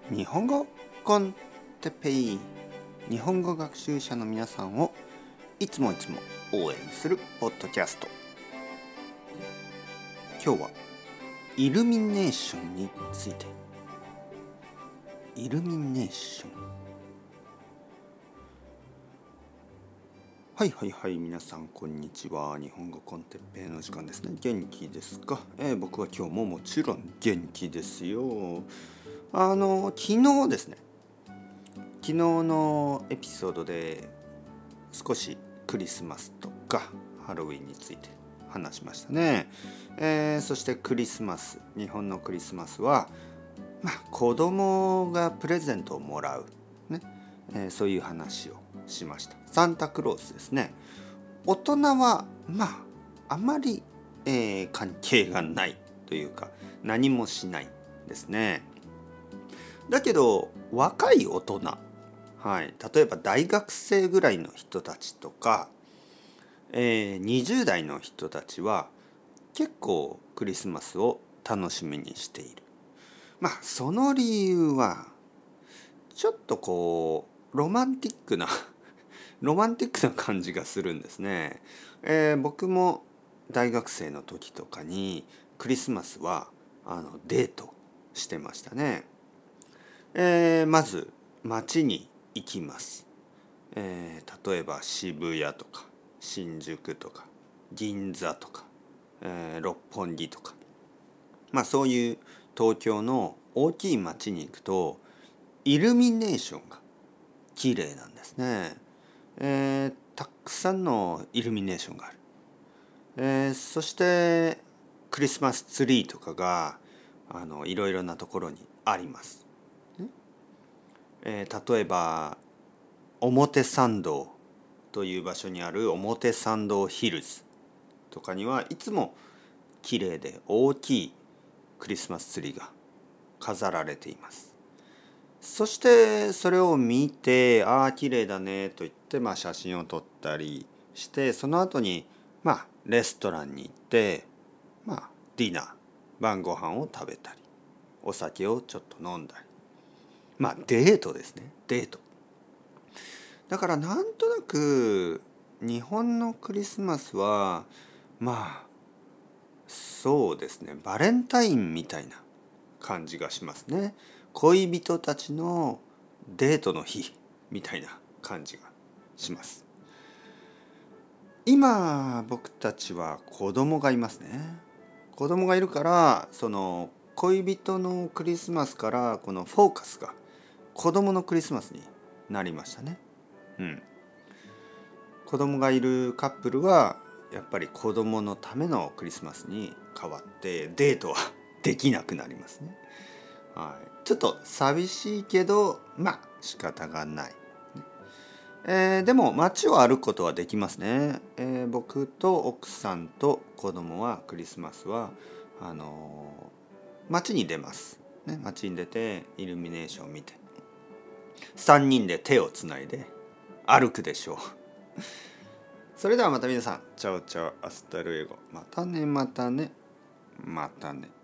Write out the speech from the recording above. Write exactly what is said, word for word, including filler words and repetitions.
日本語コンテッペイ、日本語学習者の皆さんをいつもいつも応援するポッドキャスト。今日はイルミネーションについて。イルミネーション、はいはいはい、皆さんこんにちは。日本語コンテッペイの時間ですね。元気ですか？えー、僕は今日ももちろん元気ですよ。あの昨日ですね昨日のエピソードで少しクリスマスとかハロウィンについて話しましたね。えー、そしてクリスマス、日本のクリスマスは、まあ、子供がプレゼントをもらう、ねえー、そういう話をしました。サンタクロースですね。大人はまああまり、えー、関係がないというか何もしないですね。だけど若い大人、はい、例えば大学生ぐらいの人たちとか、えー、にじゅう代の人たちは結構クリスマスを楽しみにしている。まあその理由はちょっとこうロマンティックなロマンティックな感じがするんですね。えー、僕も大学生の時とかにクリスマスはあのデートしてましたね。えー、まず街に行きます。えー、例えば渋谷とか新宿とか銀座とか、えー、六本木とか、まあそういう東京の大きい街に行くとイルミネーションが綺麗なんですね。えー、たくさんのイルミネーションがある。えー、そしてクリスマスツリーとかがあのいろいろなところにあります。えー、例えば表参道という場所にある表参道ヒルズとかにはいつも綺麗で大きいクリスマスツリーが飾られています。そしてそれを見て、ああ綺麗だねと言って、まあ、写真を撮ったりして、その後にまあレストランに行って、まあ、ディナー晩ご飯を食べたりお酒をちょっと飲んだり、まあデートですね。デートだからなんとなく日本のクリスマスはまあそうですね、バレンタインみたいな感じがしますね。恋人たちのデートの日みたいな感じがします。今僕たちは子供がいますね。子供がいるからその恋人のクリスマスからこのフォーカスが子供のクリスマスになりましたね。うん、子供がいるカップルはやっぱり子供のためのクリスマスに変わってデートはできなくなりますね。はい、ちょっと寂しいけどまあ仕方がない、ねえー、でも街を歩くことはできますね。えー、僕と奥さんと子供はクリスマスはあのー、街に出ます、ね、街に出てイルミネーションを見てさんにんで手をつないで歩くでしょう。それではまた皆さん、チャオチャオ、アスタルエゴ。またね、またね、またね。